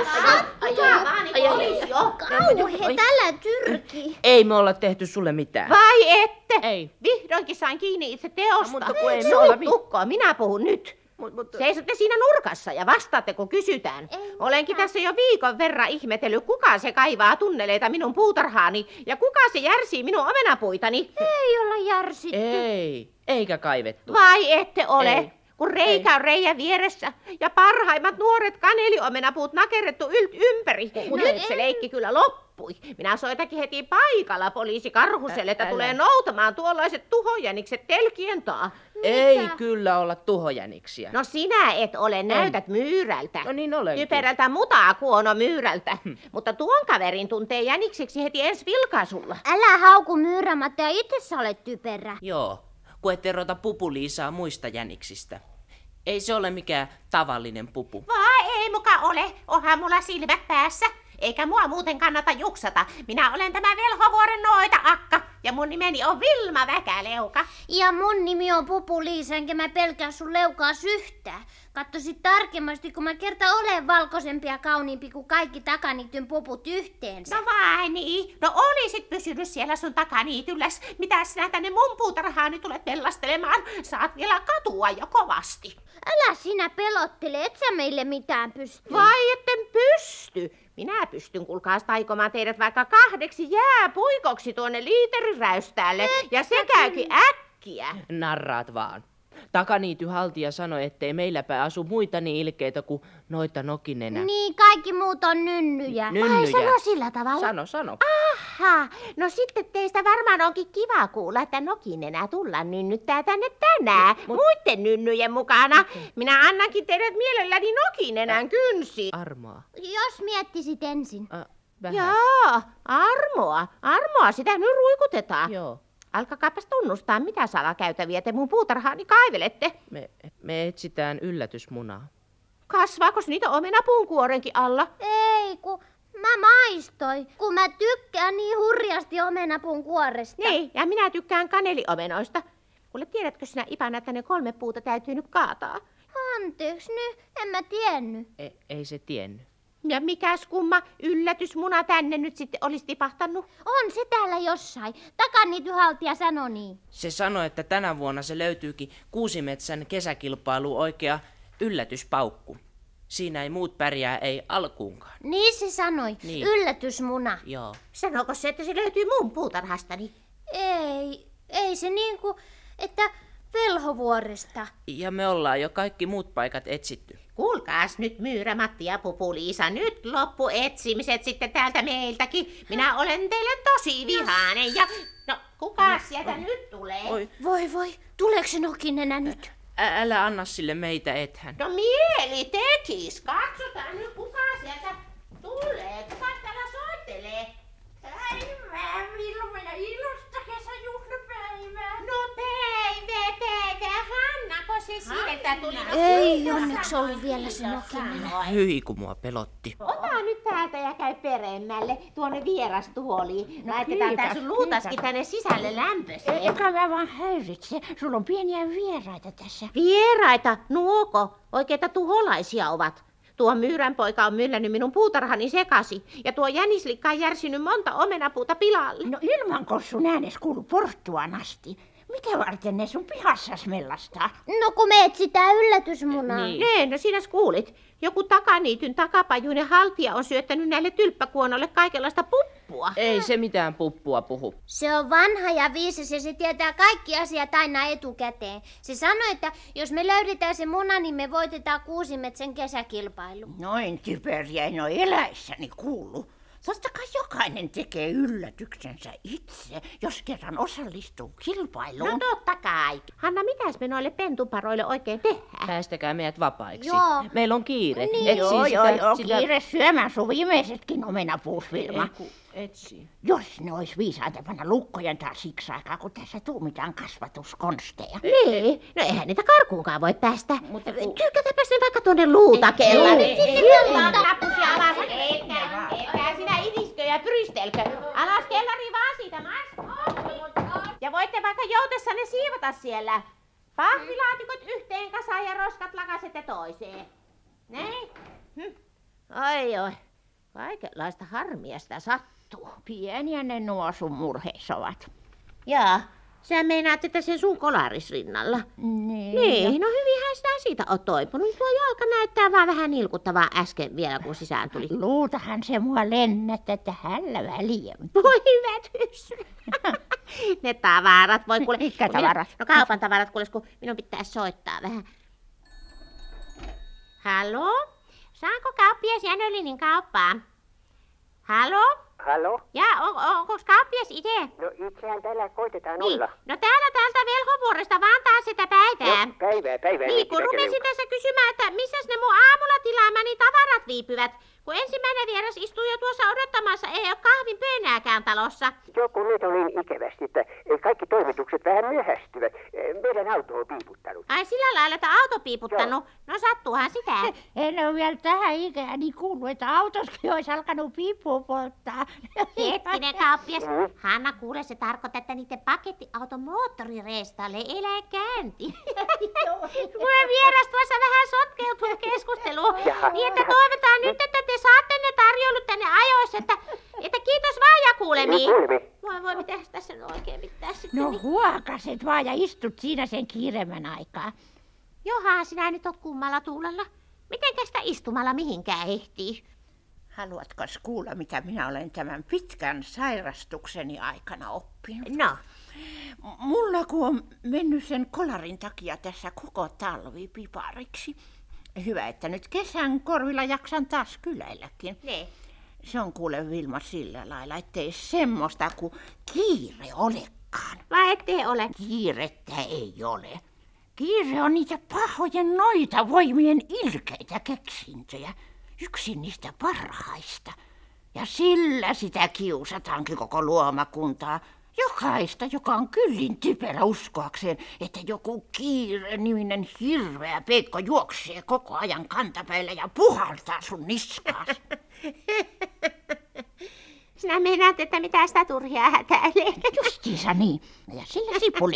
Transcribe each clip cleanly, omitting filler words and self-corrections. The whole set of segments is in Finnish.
Kauhe, älä tyrki. Ei me olla tehty sulle mitään. Vai ette? Ei. Vihdoinkin sain kiinni itse teosta. Mutta kun ei me olla Tukko, minä puhun nyt. Seisotte siinä nurkassa ja vastaatte, kun kysytään. Olenkin tässä jo viikon verran ihmetellyt, kuka se kaivaa tunneleita minun puutarhaani ja kuka se järsii minun omenapuitani. Ei olla järsitty. Ei, eikä kaivettu. Vai ette ole? Ei. Kun reikä on reijän vieressä ja parhaimmat nuoret kaneliomenapuut nakerrettu ympäri. Nyt se leikki kyllä loppui. Minä soitakin heti paikalla poliisi Karhuselle, että tulee noutamaan tuollaiset tuhojänikset telkien taa. Ei kyllä olla tuhojäniksiä. No sinä et ole, näytät myyrältä. No niin olenkin. Typerältä mutaa kuono myyrältä. Mutta tuon kaverin tuntee jänikseksi heti ensi vilkaisulla. Älä hauku Myyrämatta ja itse sä olet typerä. Joo, kun et erota Pupu-Liisaa muista jäniksistä. Ei se ole mikään tavallinen pupu. Vai ei muka ole, onhan mulla silmät päässä. Eikä mua muuten kannata juksata. Minä olen tämä Velhovuoren noita-akka ja mun nimeni on Vilma Väkäleuka. Ja mun nimi on Pupu-Liisa, enkä mä pelkää sun leukaas yhtään. Katsoisit tarkemmasti, kun mä kerta olen valkoisempi ja kauniimpi kuin kaikki takaniityn puput yhteensä. No vai niin? No olisit pysynyt siellä sun takaniitylläs. Mitä sinä tänne mun puutarhaani tulet mellastelemaan? Saat vielä katua jo kovasti. Älä sinä pelottele, et sä meille mitään pysty. Vai etten pysty? Minä pystyn, kuulkaas, taikomaan teidät vaikka 2 jääpuikoksi tuonne liiteriräystäälle. Ja se käykin äkkiä. Narraat vaan. Takaniityn haltija sanoi, ettei meilläpä asu muita niin ilkeitä kuin noita nokinenä. Niin, kaikki muut on nynnyjä. Nynnyjä. Ai sano sillä tavalla? Sano. Aha, no sitten teistä varmaan onkin kiva kuulla, että nokinenä tullaan nynnyttää tänne tänään. Muitten nynnyjen mukana. Minä annankin teidät mielelläni nokinenän kynsi. Armoa. Jos miettisit ensin. Vähän. Joo, armoa, sitä nyt ruikutetaan. Joo. Alkakaapas tunnustaa, mitä salakäytäviä te mun puutarhaani kaivelette. Me etsitään yllätysmunaa. Kasvaakos niitä omenapuun kuorenkin alla? Ei, kun mä maistoin, kun mä tykkään niin hurjasti omenapuun kuoresta. Niin, ja minä tykkään kaneliomenoista. Kuule, tiedätkö sinä, Ipana, että ne 3 puuta täytyy nyt kaataa? Anteeksi nyt, en mä tiennyt. Ei se tiennyt. Ja mikäs kumma yllätysmuna tänne nyt sitten olisi tipahtanut? On se täällä jossain. Takaniityhaltija sanoi niin. Se sanoi, että tänä vuonna se löytyykin Kuusimetsän kesäkilpailu oikea yllätyspaukku. Siinä ei muut pärjää, ei alkuunkaan. Niin se sanoi, Niin. yllätysmuna. Joo. Sanoiko se, että se löytyy mun puutarhastani? Ei se niinku, että Velhovuoresta. Ja me ollaan jo kaikki muut paikat etsitty. Kuulkaas nyt Myyrä, Matti ja Pupu-Liisa, nyt loppu etsimiset sitten täältä meiltäkin. Minä olen teille tosi vihainen ja... No, kuka sieltä nyt tulee? Voi, tuleeko se nokinenä nyt? Älä anna sille meitä, ethän. No mieli tekis. Katsotaan nyt, kuka sieltä tulee. Kuka täällä soittelee? Päivää, Vilma ja ilosta kesäjuhlapäivää. No Päivä, Hannako se sieltä tuli? Ei onneksi ollut vielä se nokinen. Hyi, kun mua pelotti. Ota nyt täältä ja käy peremmälle tuonne vierastuoliin. Laitetaan tää sun luutaskin tänne sisälle lämpöiseen. Eikä mä vaan häiritse. Sulla on pieniä vieraita tässä. Vieraita? Nuoko? Oikeita tuholaisia ovat. Tuo Myyrän poika on myllännyt minun puutarhani sekasi. Ja tuo jänislikka on järsinyt monta omenapuuta pilalle. No ilmankossun äänes kuuluu porstuaan asti. Mitä varten ne sun pihassas mellastaa? No kun me etsitään yllätysmunaa. No sinä kuulit. Joku takaniityn takapajuinen haltija on syöttänyt näille tylppäkuonolle kaikenlaista puppua. Ei se mitään puppua puhu. Se on vanha ja viisas ja se tietää kaikki asiat aina etukäteen. Se sanoi, että jos me löydetään se muna, niin me voitetaan Kuusimetsän kesäkilpailu. Noin typeriä en ole eläissäni kuullut. Totta kai jokainen tekee yllätyksensä itse, jos kerran osallistuu kilpailuun. No totta kai. Hanna, mitäs me noille pentuparoille oikein tehdään? Päästäkää meidät vapaiksi. Joo. Meillä on kiire. Niin. Etsii Joo, kiire syömään sun viimeisetkin omenapuus, Vilma. Etsii. Jos ne ois viisaita panna lukkojen taas siksi aikaa, kun tässä tuumitaan kasvatuskonsteja. Niin, no eihän niitä karkuunkaan voi päästä. Mutta tykkätäpäs ne vaikka tuonne luutakella. Lappusia alas. Etää sinä itistö ja pyristelkö. Alas kellariin vaan siitä ja voitte vaikka joutessanne siivota siellä. Pahvilaatikot yhteen kasaan ja roskat lakasette toiseen. Näin. Oi. Kaikenlaista harmia sitä sattuu. Pieniä ne nuo sun murheissa ovat. Jaa, sä meinaat, että sen sun kolarisrinnalla. Niin, no hyvinhän sitä siitä on toipunut. Tuo jalka näyttää vaan vähän nilkuttavaa äsken vielä, kun sisään tuli. Luutahan se mua lennättä, että hällä väliä. Voi hyvät hyssyt. Ne tavarat voi kuule. Mitkä tavarat? No kaupan tavarat kuules, kun minun pitää soittaa vähän. Haloo? Saanko kauppias Jänölinin kauppaan? Haloo? Hallo? Ja, onko kauppias itse? No itsehän täällä koitetaan Niin. olla. No täällä täältä Velhovuoresta vaan taas sitä päivää. No, päivää. Niin, kun rupesin tässä kysymään, että missäs ne mun aamulla tilaamani tavarat viipyvät. Kun ensimmäinen vieras istuu jo tuossa odottamassa, ei ole kahvin pöynääkään talossa. Joku nyt on niin ikävästi, että kaikki toimitukset vähän myöhästyvät. Meidän auto on piiputtanut. Ai sillä lailla, että auto piiputtanut. No sattuuhan sitä. En ole vielä tähän ikääni kuullut, että autoskin olisi alkanut piippua polttaa. Hetkinen kauppias. Hanna, kuule, se tarkoittaa, että niiden pakettiauton moottorireestalle ei lähde käynti. Mulle vieras tuossa vähän sotkeutuu keskusteluun. Niin, että toivotaan nyt, että te saatte ne tarjoulut tänne ajoissa, että kiitos vaan ja kuulemiin. Voi, mitäs tässä nyt oikein pitää sitten? No huokaset vaan ja istut siinä sen kiiremmän aikaa. Johan, sinä nyt oot kummalla tuulella. Mitenkä sitä istumalla mihinkään ehtii? Haluatko kuulla, mitä minä olen tämän pitkän sairastukseni aikana oppinut? No. Mulla kun on mennyt sen kolarin takia tässä koko talvi pipariksi. Hyvä, että nyt kesän korvilla jaksan taas kyläilläkin. Ne. Se on kuule Vilma sillä lailla, ettei semmoista kuin kiire olekaan. Vai ettei ole? Kiirettä ei ole. Kiire on niitä pahojen noita voimien ilkeitä keksintöjä. Yksi niistä parhaista. Ja sillä sitä kiusataankin koko luomakuntaa. Jokaista, joka on kyllin typerä uskoakseen, että joku kiire-niminen hirveä peikko juoksee koko ajan kantapäillä ja puhaltaa sun niskaas. Sinä meinaat, että mitä sitä turhia hätäilee. Justiinsa niin. Ja sillä sipuli.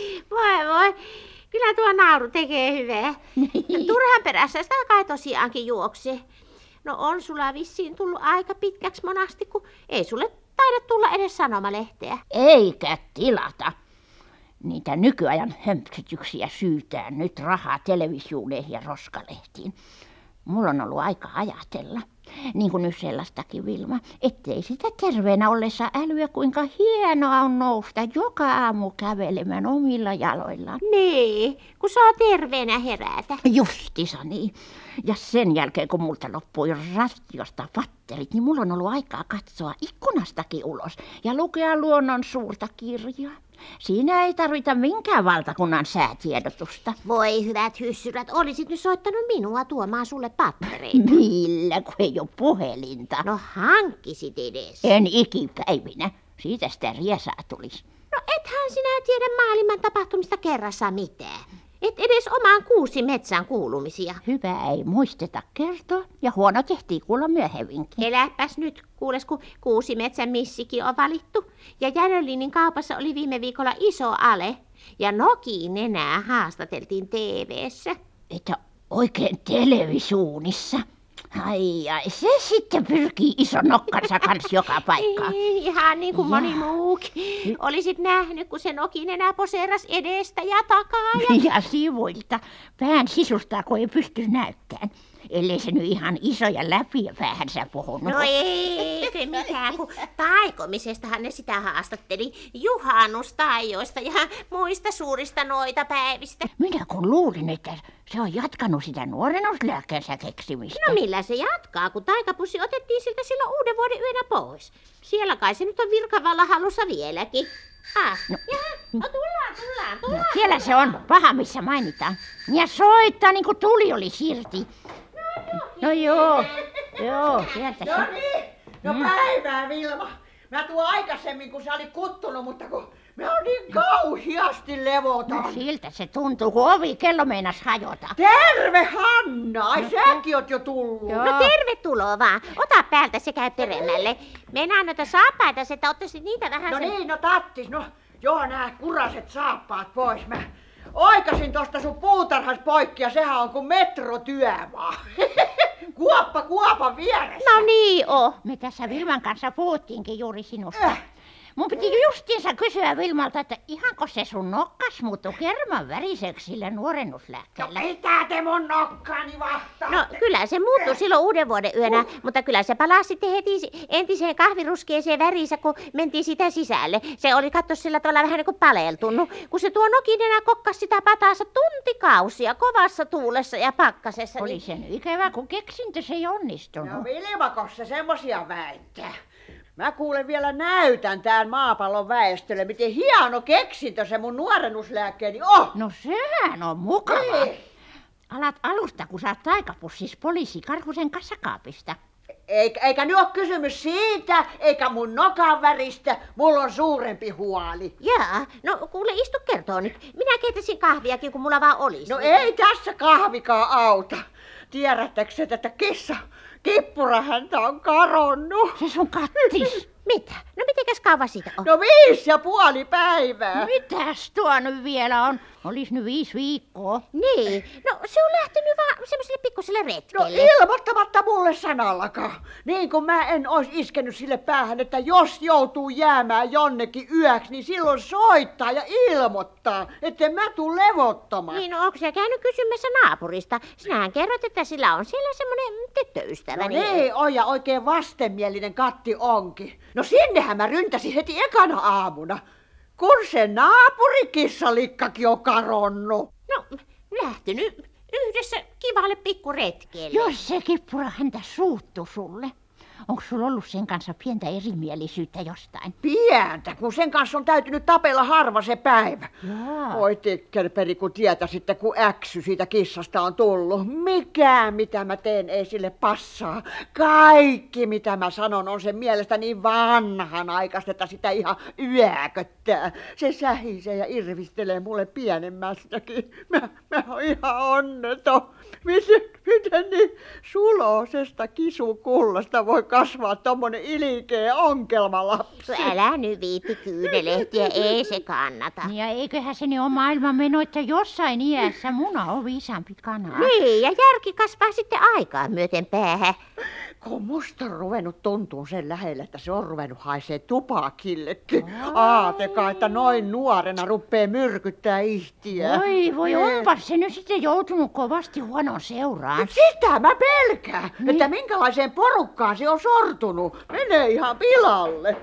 Voi. Kyllä tuo nauru tekee hyvää. Turhan perässä sitä kai tosiaankin juoksee. No on sulla vissiin tullut aika pitkäksi monasti, kun ei sulle taida tulla edes sanomalehteä. Eikä tilata. Niitä nykyajan hömpsytyksiä syytää nyt rahaa televisiooneihin ja roskalehtiin. Mulla on ollut aika ajatella, niin kuin nyt sellaistakin Vilma, ettei sitä terveenä ollessa älyä, kuinka hienoa on nousta joka aamu kävelemään omilla jaloillaan. Niin, kun saa terveenä herätä. Justisa niin. Ja sen jälkeen, kun multa loppui ratiosta patterit, niin mulla on ollut aikaa katsoa ikkunastakin ulos ja lukea luonnon suurta kirjaa. Siinä ei tarvita minkään valtakunnan säätiedotusta. Voi hyvät hyssyrät, olisit nyt soittanut minua tuomaan sulle pattereita. Millä, kun ei ole puhelinta? No hankkisit edes. En ikipäivinä. Siitä sitä riesaa tulisi. No ethän sinä tiedä maailman tapahtumista kerrassa mitään. Et edes omaan kuusi metsän kuulumisia. Hyvä ei muisteta kertoa ja huono tehtiin kuulla myöhemminkin. Eläpäs nyt, kuules kun kuusi metsän missikin on valittu. Ja Jänölinin kaupassa oli viime viikolla iso ale. Ja Nokiin enää haastateltiin TV:ssä. Että oikein televisioonissa. Ai, se sitten pyrkii ison nokkansa kanssa joka paikkaan. Ihan niin kuin moni muukin. Olisit nähnyt, kun se Nokiin enää poseeras edestä ja takaa. Ja sivuilta. Pään sisusta, kun ei pysty näyttämään. Ellei se nyt ihan isoja läpiä päähänsä puhunut. No eikö mitään, kun taikomisestahan ne sitä haastatteli juhannustaijoista ja muista suurista noita päivistä. Minä kun luulin, että se on jatkanut sitä nuorennuslääkkeensä keksimistä. No millä se jatkaa, kun taikapussi otettiin siltä silloin uuden vuoden yönä pois. Siellä kai se nyt on virkavalla halussa vieläkin. Tullaan. No, siellä se on, paha missä mainitaan. Ja soittaa niin kuin tuli olisi irti. No joo, sieltä se. No niin, päivää Vilma. Mä tuon aikaisemmin, kun sä olit kuttunut, mutta kun mä oon niin kauhiasti levoton. No siltä se tuntuu, kun ovikello meinas hajota. Terve Hanna, ai säkin oot jo tullut. Joo. No tervetuloa vaan. Ota päältä se käy peremmälle. Meinaan noita saappaita, että ottaisit niitä vähän. No niin, no tattis, joo nää kuraset saappaat pois. Mä oikasin tosta sun puutarhas poikki ja sehän on kuin metrotyömaa. Kuoppa kuopan vieressä. No niin oo. Me tässä Vilman kanssa puhuttiinkin juuri sinusta. Mun piti justiinsa kysyä Vilmalta, että ihanko se sun nokkas muuttui kerman väriseksi sillä nuorennuslääkkeellä? Mitä te mun nokkaani vahtaatte? No kyllä se muuttui silloin uuden vuoden yönä, mutta kyllä se palasi sitten heti entiseen kahviruskeeseen väriinsä, kun mentiin sitä sisälle. Se oli katso sillä tavalla vähän niin kuin paleltunut, kun se tuo nokinenä kokkasi sitä pataansa tuntikausia kovassa tuulessa ja pakkasessa. Oli sen ikävä, kun keksintö se ei onnistunut. No Vilmakos se semmosia väittää. Mä kuulen vielä näytän tään maapallon väestölle, miten hieno keksintö se mun nuorennuslääkkeeni on. No sehän on mukava. Niin. Alat alusta, kun saat taikapussis poliisi Karhusen kassakaapista. Eikä nyt ole kysymys siitä, eikä mun nokan väristä. Mulla on suurempi huoli. Jaa, no kuule istu kertoo nyt. Minä keittäisin kahviakin, kun mulla vaan olisi. No ei tässä kahvikaan auta. Tiedättekö, että kippurahäntä on karonnut? Se sun kattis. Mitä? No mitenkäs kauan siitä on? No 5,5 päivää. Mitäs tuo nyt vielä on? Olis nyt 5 viikkoa. Niin, no se on lähtenyt vaan semmoiselle pikkuselle No retkelle. ilmoittamatta mulle sanallakaan. Niin kuin mä en ois iskenyt sille päähän, että jos joutuu jäämään jonnekin yöksi, niin silloin soittaa ja ilmoittaa, että mä tuun levottomaksi. Niin, no onko se käynyt kysymässä naapurista? Sinähän kerrot, että sillä on siellä semmoinen tyttöystävä. No niin, on ja oikein vastenmielinen katti onkin. No sinnehän mä ryntäsin heti ekana aamuna, kun se naapurikissalikkakin on karonnut. No, lähtenyt yhdessä kivalle pikkuretkelle. Jos se kippura häntä suuttu sulle. Onko sulla ollut sen kanssa pientä erimielisyyttä jostain? Pientä, kun sen kanssa on täytynyt tapella harva se päivä. Jaa. Oi tikkelperi, kun tietäisitte, kun äksy siitä kissasta on tullut. Mikään, mitä mä teen, ei sille passaa. Kaikki, mitä mä sanon, on sen mielestä niin vanhanaikaista, että sitä ihan yököttää. Se sähisee ja irvistelee mulle pienemmästäkin. Mä oon ihan onneton. Miten niin suloisesta kisukullasta voi kasvaa tommonen ilkeä onkelmalapsi? Älä nyt viitti kyynelehtiä, ei se kannata. Ja eiköhän se niin ole maailmanmeno, että jossain iässä muna on viisaampi kana. Niin, ja järki kasvaa sitten aikaa myöten päähän. Kun musta on ruvennut tuntuu sen lähellä, että se on ruvennut haisee tupakillekin. Aatekaa, että noin nuorena ruppee myrkyttää ihtiä. Voi, onpas se nyt sitten joutunut kovasti huonoon seuraan. Sitä mä pelkään, että minkälaiseen porukkaan se on sortunut. Menee ihan pilalle.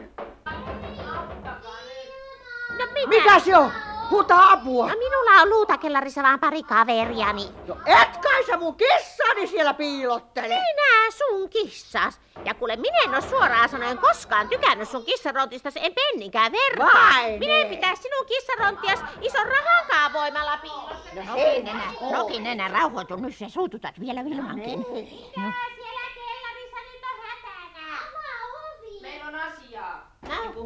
No mitä? Mikä se on? Huuta apua. No minulla on luutakellarissa vaan pari kaveriani. No et kai sä mun kissani siellä piilottele. Minä sun kissas. Ja kuule, minä en oo suoraan sanoen koskaan tykännyt sun kissarontistasi, en penninkään vertaa. Vai Minä en niin? pitää sinun kissaronttias ison rahankaan voimalla piilossa. Nokinenä, rauhoitu, nyt sä suututat vielä Vilmankin. No. Siellä kellarissa nyt on hätänä. Avaa ovi. Meillä on asiaa. No.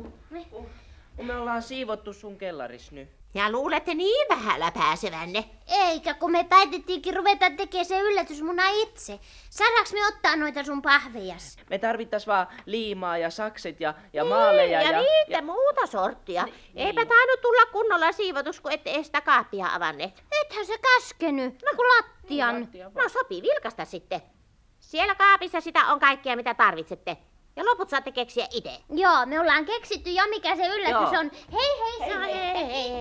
Kun me ollaan siivottu sun kellaris nyt. Ja luulette niin vähällä pääsevänne? Eikä, kun me päätettiinkin ruveta tekemään se yllätysmuna itse. Saadaanko me ottaa noita sun pahvejas? Me tarvittais vaan liimaa ja sakset ja maaleja. Ja niitä muuta sorttia. Eipä tainnut tulla kunnolla siivotus, kun ette sitä kaappia avanneet. Ethän se käskenyt, no kun lattian. No sopii vilkasta sitten. Siellä kaapissa sitä on kaikkea, mitä tarvitsette. Ja loput saatte keksiä itse. Joo, me ollaan keksitty jo, mikä se yllätys Joo. on. Hei, Hei.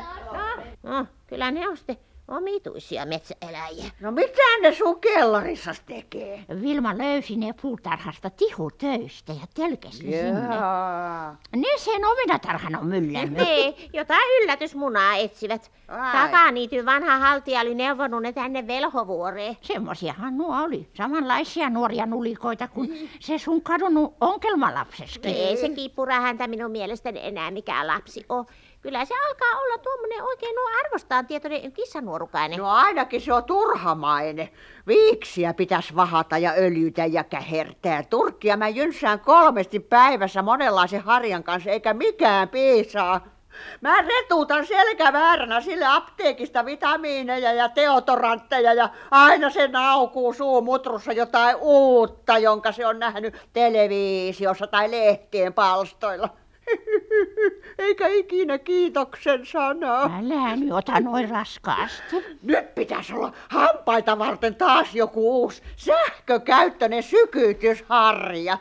No, kyllä ne on sitten omituisia metsäeläjiä. No mitä ne sun kellarissas tekee? Vilma löysi ne puutarhasta tihutöistä ja tölkesi ne sinne. Jaa. Ne sen omenatarhan on myllännyt. Niin, jotain yllätysmunaa etsivät. Ai. Takaniityn vanha haltija oli neuvonut ne tänne velhovuoreen. Semmosiahan nuo oli. Samanlaisia nuoria nulikoita kuin se sun kadonnut onkelmalapseskin. Ei se kippura häntä minun mielestäni enää mikään lapsi ole. Kyllä se alkaa olla tuommoinen oikein arvostaan tietoinen kissanuorukainen. No ainakin se on turhamainen. Viiksiä pitäisi vahata ja öljytä ja kähertää. Turkkia mä jynsään 3 päivässä monenlaisen harjan kanssa, eikä mikään piisaa. Mä retuutan selkävääränä sille apteekista vitamiineja ja deodorantteja ja aina se naukuu suumutrussa jotain uutta, jonka se on nähnyt televisiossa tai lehtien palstoilla. Eikä ikinä kiitoksen sanaa. Älä nyt ota noin raskaasti. Nyt pitäisi olla hampaita varten taas joku uusi sähkökäyttöinen sykytysharja.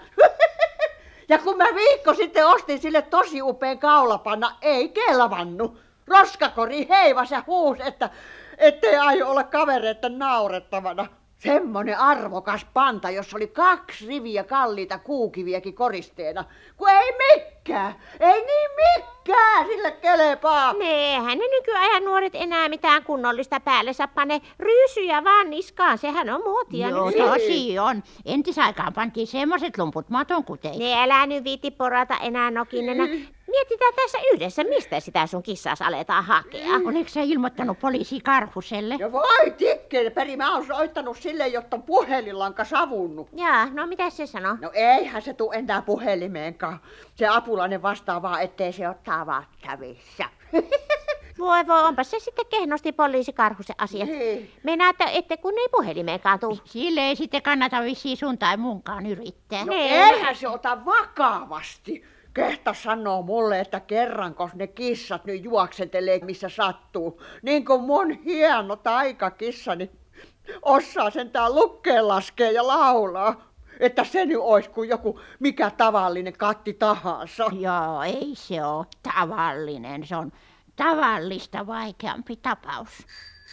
Ja kun mä viikko sitten ostin sille tosi upean kaulapanna, ei kelvannut. Roskakori heivas ja huusi, että ettei aio olla kavereitten naurettavana. Semmonen arvokas panta, jossa oli 2 riviä kalliita kuukiviäkin koristeena. Kun ei mikään, ei niin mikään sille kelepaa. Eihän ne nykyajan nuoret enää mitään kunnollista päällensä pane. Ryysyjä vaan niskaan, sehän on muotia Joo, nyt. tosi on. Entisaikaan pantiin semmoset lumput maton kuteiksi. Ne älä nyt viitti porata enää Nokinena. Mietitään tässä yhdessä, mistä sitä sun kissaas aletaan hakea. Oletko sä ilmoittanut poliisi Karhuselle? Ja voi tikkeen, peri mä oon soittanut sille, jotta on puhelinlanka savunnut. Jaa, no mitä se sanoo? No eihän se tuu enää puhelimeenkaan. Se apulainen vastaa vaan, ettei se ole tavattavissa. Voi, onpa se sitten kehnosti poliisikarhusen asiat. Niin. Meinaatte, ette kun ei puhelimeenkaan tuu. Sille ei sitten kannata vissiin sun tai munkaan yrittää. No eihän se ota vakavasti. Kehtas sanoo mulle, että kerrankos ne kissat nyt juoksentelee missä sattuu. Niin kuin mun hieno taikakissani osaa sentään lukkeen laskea ja laulaa. Että se nyt ois kuin joku mikä tavallinen katti tahansa. Joo, ei se ole tavallinen. Se on tavallista vaikeampi tapaus.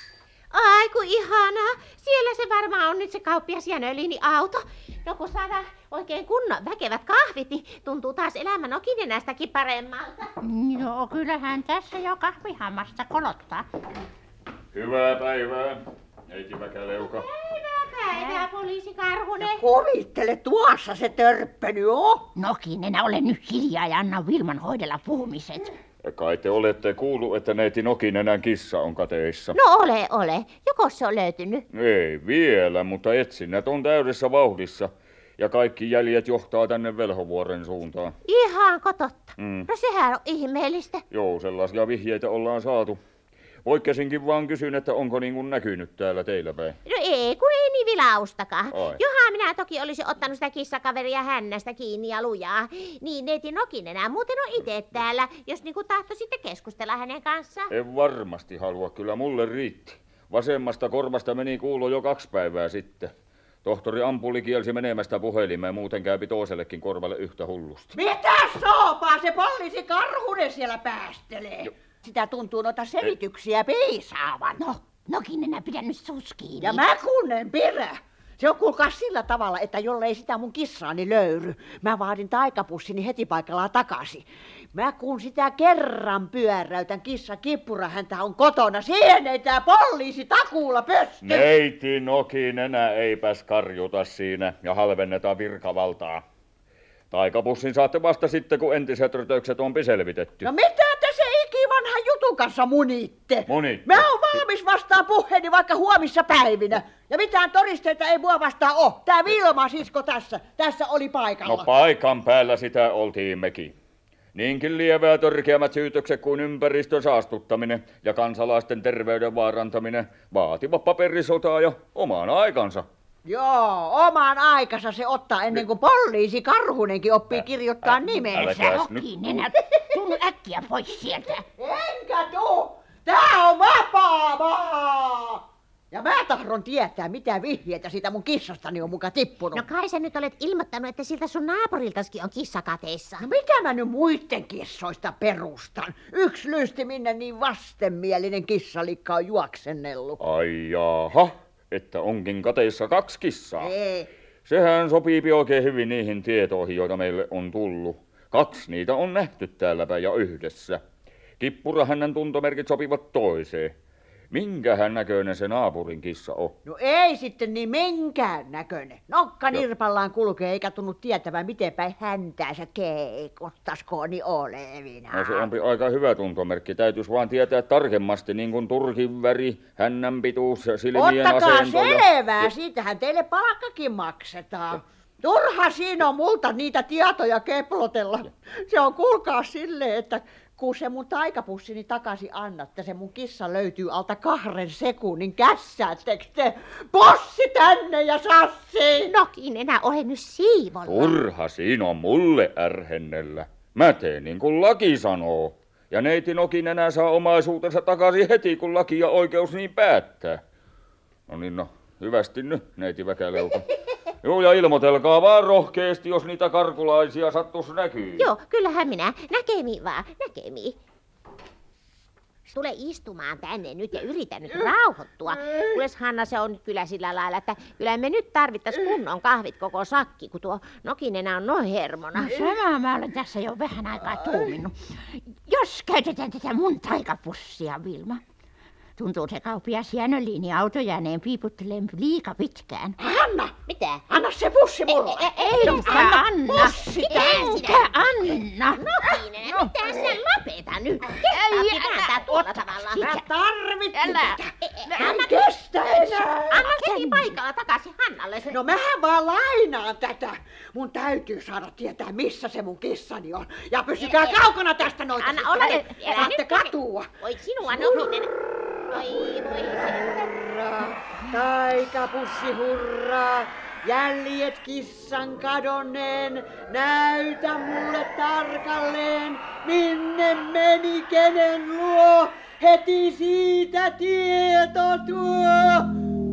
Ai kun ihanaa. Siellä se varmaan on nyt se kauppias Jänöliini auto. No kun saadaan oikein kunnon väkevät kahvit, niin tuntuu taas elämä Nokinenästäkin paremmalta. Joo, kyllähän tässä jo kahvihammasta kolottaa. Hyvää päivää, neiti Väkäleuka. Päivää, poliisi Karhunen. Kuvittele, tuossa se törppöny on. Nokinenä, ole nyt hiljaa ja anna Vilman hoidella puhumiset. Kai te olette kuullut, että neiti Nokinenän kissa on kateissa. No ole. Joko se on löytynyt? Ei vielä, mutta etsinnät on täydessä vauhdissa. Ja kaikki jäljet johtaa tänne Velhovuoren suuntaan. Ihanko totta? Mm. No sehän on ihmeellistä. Joo, sellaisia vihjeitä ollaan saatu. Poikkesinkin vaan kysyn, että onko niin kuin näkynyt täällä teillä päin. No ei, kun ei niin vilaustakaan. Ai. Johan minä toki olisin ottanut sitä kissakaveria hännästä kiinni ja lujaa. Niin neiti Nokinenä muuten on itse täällä, jos niinku tahtoisitte keskustella hänen kanssaan. En varmasti halua, kyllä mulle riitti. Vasemmasta korvasta meni kuulo jo 2 päivää sitten. Tohtori Ampuli kielsi menemästä puhelimeen, muuten käypi toisellekin korvalle yhtä hullusti. Mitä soopaa se poliisi Karhunen siellä päästelee? Sitä tuntuu noita selityksiä piisaavan. No, Nokinenä, pidä nyt sus kiinni. Ja mä kunnen pidä. Se on kuulkaa sillä tavalla, että jollei sitä mun kissaani löyry, mä vaadin taikapussini heti paikallaan takaisin. Mä kun sitä kerran pyöräytän kissa kippura, häntä on kotona, siihen ei tää poliisi takuulla pysty. Neiti Nokinenä eipäs karjuta siinä ja halvennetaan virkavaltaa. Taikapussin saatte vasta sitten, kun entiset rötökset on selvitetty. No mitä te se ikivanhan jutun kanssa munitte? Munitte? Mä oon valmis vastaan puheeni vaikka huomissa päivinä. Ja mitään todisteita ei mua vastaan oo. Tää Vilma sisko tässä oli paikalla. No paikan päällä sitä oltiin mekin. Niinkin lievää törkeämmät syytökset kuin ympäristön saastuttaminen ja kansalaisten terveyden vaarantaminen vaativat paperisotaa jo omaan aikansa. Joo, oman aikansa se ottaa ennen kuin poliisi Karhunenkin oppii kirjoittaa nimensä. älkääs nyt. Nokinenä, tunnu äkkiä pois sieltä. Enkä tuu! Tää on vapaa maa! Ja mä tahdon tietää, mitä vihjeitä siitä mun kissastani on muka tippunut. No kai sä nyt olet ilmoittanut, että siltä sun naapuriltaskin on kissakateissa. No mitä mä nyt muitten kissoista perustan? Yksi lysti minne niin vastenmielinen kissalikka on juoksennellut. Ai jaha, että onkin kateissa 2 kissaa. Ei. Sehän sopii oikein hyvin niihin tietoihin, joita meille on tullut. 2 niitä on nähty täälläpä ja yhdessä. Kippurahännän tuntomerkit sopivat toiseen. Minkähän näköinen se naapurin kissa on? No ei sitten niin minkään näköinen. Nokka nirpallaan kulkee eikä tunnu tietävän miten päin häntäänsä keikottaskooni olevina. No se onpi aika hyvä tuntomerkki. Täytyisi vaan tietää tarkemmasti, niin kuin turkin väri, hännän pituus, silmien Ottakaa asento. selvää, siitähän teille palkkakin maksetaan. Turha siinä on multa niitä tietoja keplotella. Se on kuulkaa silleen, että kun se mun taikapussini takaisin annatte, se mun kissa löytyy alta 2 sekunnin. Kässäättekö te? Possi tänne ja sassi! Nokinenä, ole nyt siivolla. Turha siinä on mulle ärhennellä. Mä teen niin kuin laki sanoo. Ja neiti Nokin enää saa omaisuutensa takaisin heti, kun laki ja oikeus niin päättää. No niin, no, hyvästi nyt, neiti Väkäleuta. Joo, ja ilmoitelkaa vaan rohkeasti, jos niitä karkulaisia sattuisi näkyy. Joo, kyllähän minä. Näkemiin vaan, näkemiin. Tule istumaan tänne nyt ja yritä nyt rauhoittua. Kuules Hanna, se on nyt kyllä sillä lailla, että kyllä me nyt tarvittais kunnon kahvit koko sakki, kun tuo Nokinen on noin hermona. Sama mä olen tässä jo vähän aikaa tuuminnut. Jos käytetään tätä mun taikapussia, Vilma. Tuntuu se kauppias hieno linja-auto jääneen piiputteleen liika pitkään. Hanna! Mitä? Anna se pussi mulle! Enkä anna! Enkä anna! Nokinen, mitä sä lopeta nyt? Kestaakin vääntää tuolla tavalla. Mä tarvitsen tätä! Anna Kestä enää! Anna heti paikalla takaisin Hannalle. No mähän vaan lainaan tätä. Mun täytyy saada tietää, missä se mun kissani on. Ja pysykää kaukana tästä noita. Anna olla nyt. Saatte katua. Voi sinua Nokinen. Voi Hurraa, taikapussi hurraa, jäljet kissan kadonneen, näytä mulle tarkalleen, minne meni kenen luo, heti siitä tieto tuo.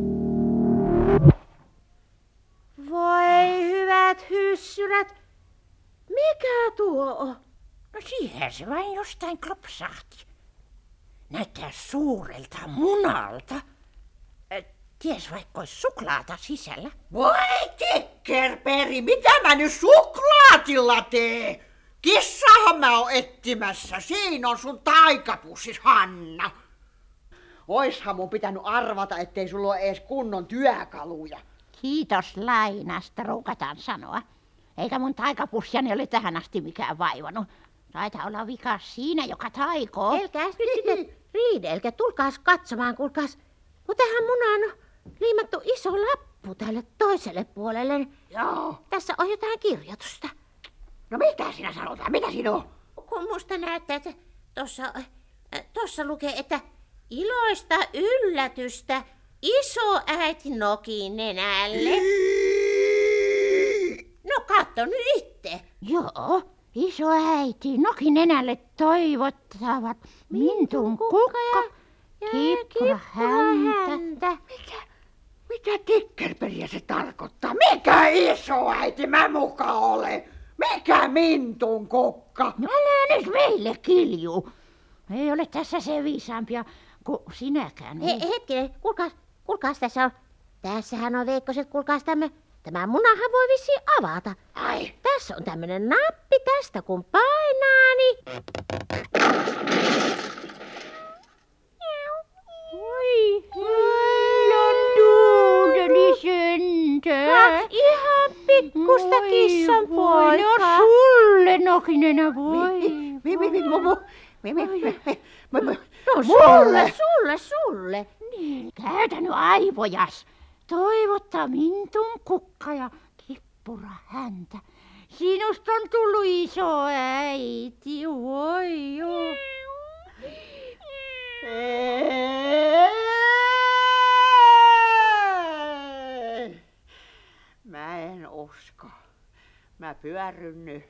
Voi hyvät hyssyrät, mikä tuo on? No siihen se vain jostain klopsahti. Näyttää suurelta munalta. Ties vaikka olisi suklaata sisällä. Voi tikkerperi, mitä mä nyt suklaatilla teen? Kissahan mä oon etsimässä, siinä on sun taikapussis, Hanna. Oishan mun pitänyt arvata, ettei sulla ole edes kunnon työkaluja. Kiitos lainasta, ruukataan sanoa. Eikä mun taikapussiani ole tähän asti mikään vaivannut. Taitaa olla vika siinä, joka taikoo. Elkääs nyt sitten riidelkä, tulkaas katsomaan, kuulkaas. Kun tähän munaan on liimattu iso lappu tälle toiselle puolelle. Joo. Tässä on jotain kirjoitusta. No mitä sinä sanotaan, mitä siinä on? Kun musta näyttää, että tossa lukee, että iloista yllätystä isoäiti Nokinenälle. No katso nyt itse. Joo, isoäiti Nokinenälle toivottavat Mintun kukka ja Kippura häntä. Mitä tikkerperiä se tarkoittaa? Mikä isoäiti mä muka olen? Mikä Mintun kukka? No älä nyt meille kilju. Ei ole tässä se viisaampia kuin sinäkään. Hetkinen, kuulkaas tässä on. Tässähän on veikkoset, kuulkaas tämä munahan voi vissiin avata. Ai. Tässä on tämmönen nappi tästä, kun painaa, niin... Oi, on tuudellisentää. Ihan pikkusta kissan poikaa. No sulle, Nokinenä, voi. No sulle. Niin, käytä nyt aivojas. Toivottaa Mintun kukka ja Kippura häntä. Sinusta on tullut iso äiti, voi joo. Mä en usko. Mä pyörryn nyt.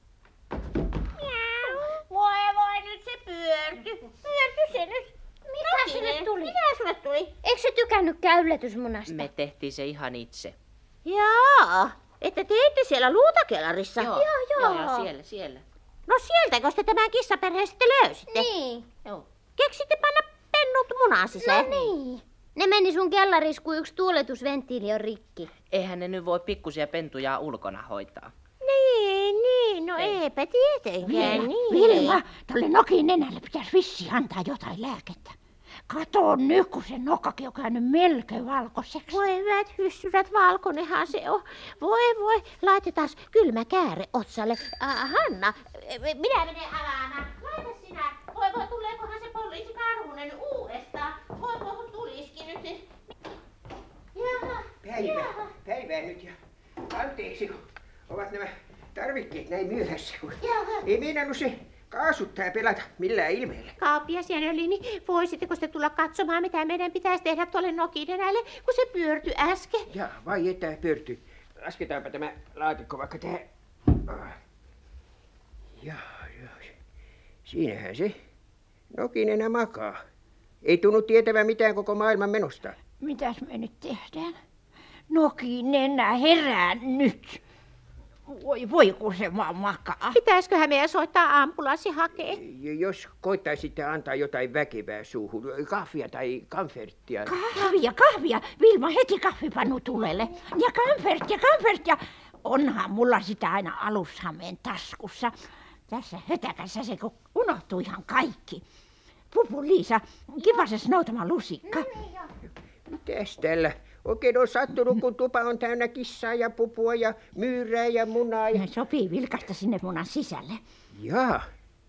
Voi, nyt se pyörty. Pyörty se nyt. Mitä sinne tuli? Mitä sulle tuli? Eikö se tykännytkään yllätysmunasta? Me tehtiin se ihan itse. Jaa, että teitte siellä luutakellarissa. Joo, siellä. No sieltäkö te tämän kissaperheen sitten löysitte? Niin. Joo. Keksitte panna pennut munaan sisään? No niin. Ne meni sun kellaris, kun yksi tuuletusventtiili on rikki. Eihän ne nyt voi pikkusia pentuja ulkona hoitaa. Niin, no eipä tietenkään. Niin. Vilma, tolle Nokinenälle pitäisi vissiin antaa jotain lääkettä. Kato nyt, kun se nokkakin on käynyt melkein valkoiseksi. Voi hyvät hyssyrät, valkonenhan se on. Voi, laitetaan kylmä kääre otsalle. Hanna, minä menen avaamaan. Laita sinä. Voi, tuleekohan se poliisi Karhunen uudestaan. Voi, kun tulisikin nyt. Jaha. Päivää nyt ja anteeksi, kun ovat nämä tarvikkeet näin myöhässä, kun Jaha. ei meinannut se kaasuttaa ja pelata millään ilmeellä. Kauppias Jänölini, voisitteko te tulla katsomaan, mitä meidän pitäisi tehdä tuolle Nokinenälle, kun se pyörtyi äsken? Ja vai että pyörtyy. Lasketaanpa tämä laatikko vaikka tähän. Joo. Siinähän se Nokinenä makaa. Ei tunnu tietävän mitään koko maailman menosta. Mitäs me nyt tehdään? Nokinenä, herää nyt. Voi kun se vaan makaa. Pitäisiköhän meidän soittaa ambulanssi hakee? Jos koittaisitte antaa jotain väkevää suuhun, kahvia tai kamferttia. Kahvia. Vilma heti kahvipannu tulelle. Ja kamferttia. Onhan mulla sitä aina alushameen taskussa. Tässä hötäkässä se kun unohtuu ihan kaikki. Pupu Liisa, kipases noutama lusikka. Mitäs täällä? Oikein on sattunut, kun tupa on täynnä kissaa ja pupua ja myyrää ja munaa. Ja... Sopii vilkasta sinne munan sisälle. Jaa.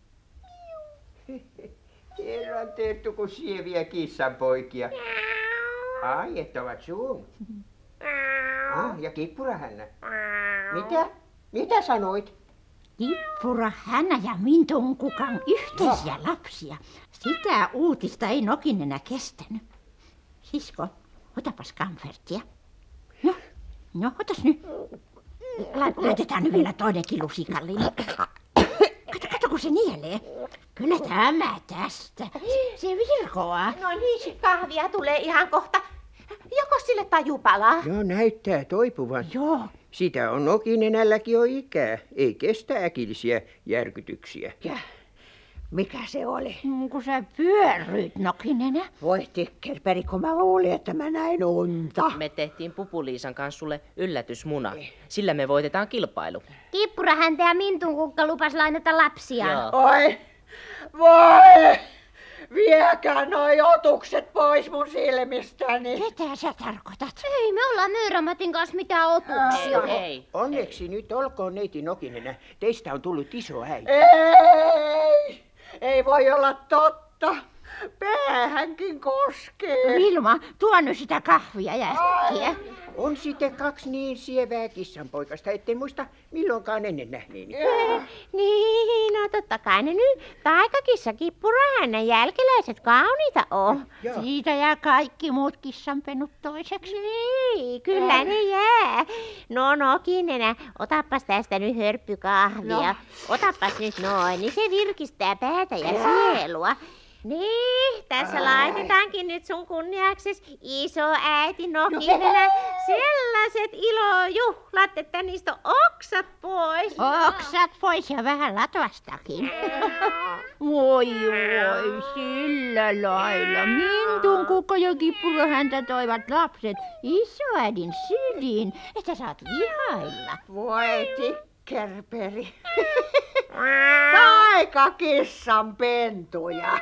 Kerran tehty kuin sieviä kissanpoikia. Ai, et ovat sun. Ja Kippurahännä. Mitä sanoit? Kippurahännä ja Mintun kukan yhteisiä lapsia. Sitä uutista ei Nokinenä kestänyt. Sisko, otapas kamferttia. No, otas nyt. Laitetaan nyt vielä toinenkin lusikallinen. Kato kun se nielee. Kyllä tämä tästä. Se virkoaa. No niin, kahvia tulee ihan kohta. Joko sille taju palaa? Joo, näyttää toipuvan. Joo. Sitä on Nokinenälläkin jo ikää. Ei kestä äkillisiä järkytyksiä. Ja mikä se oli? Kun sä pyörryit, Nokinenä. Voi tikkelperi, kun mä luulin, että mä näin unta. Me tehtiin Pupuliisan kanssa sulle yllätysmuna. Sillä me voitetaan kilpailu. Kippurahäntä ja Mintun kukka lupas lainata lapsia. Joo. Oi, voi! Viekää noi otukset pois mun silmistäni. Mitä sä tarkoitat? Ei me olla Myyrämatin kanssa mitään otuksia. Ei. Onneksi nyt olkoon neiti Nokinenä. Teistä on tullut iso äiti. Ei voi olla totta. Päähänkin koskee. Vilma, tuo nyt sitä kahvia ja äkkiä. On sitten 2 niin sievää kissanpoikasta, ettei muista milloinkaan ennen nähneeni. Niin, no totta kai ne nyt taikakissa Kippurahännän jälkeläiset kauniita on. Siitä jää kaikki muut kissanpennut toiseksi. Niin, kyllä ne jää. No Nokinenä, otapas tästä nyt hörppykahvia. Otapas nyt noin, niin se virkistää päätä ja sielua. Niin, tässä laitetaankin nyt sun kunniakses isoäiti Nokinenä sellaiset ilojuhlat, että niistä on oksat pois. Oksat pois ja vähän latvastakin. Voi, sillä lailla. Mintun kukko ja Kippurahäntä toivat lapset isoäidin syliin, että saat vihailla. Voi tikkerperi. Taikakissan pentuja.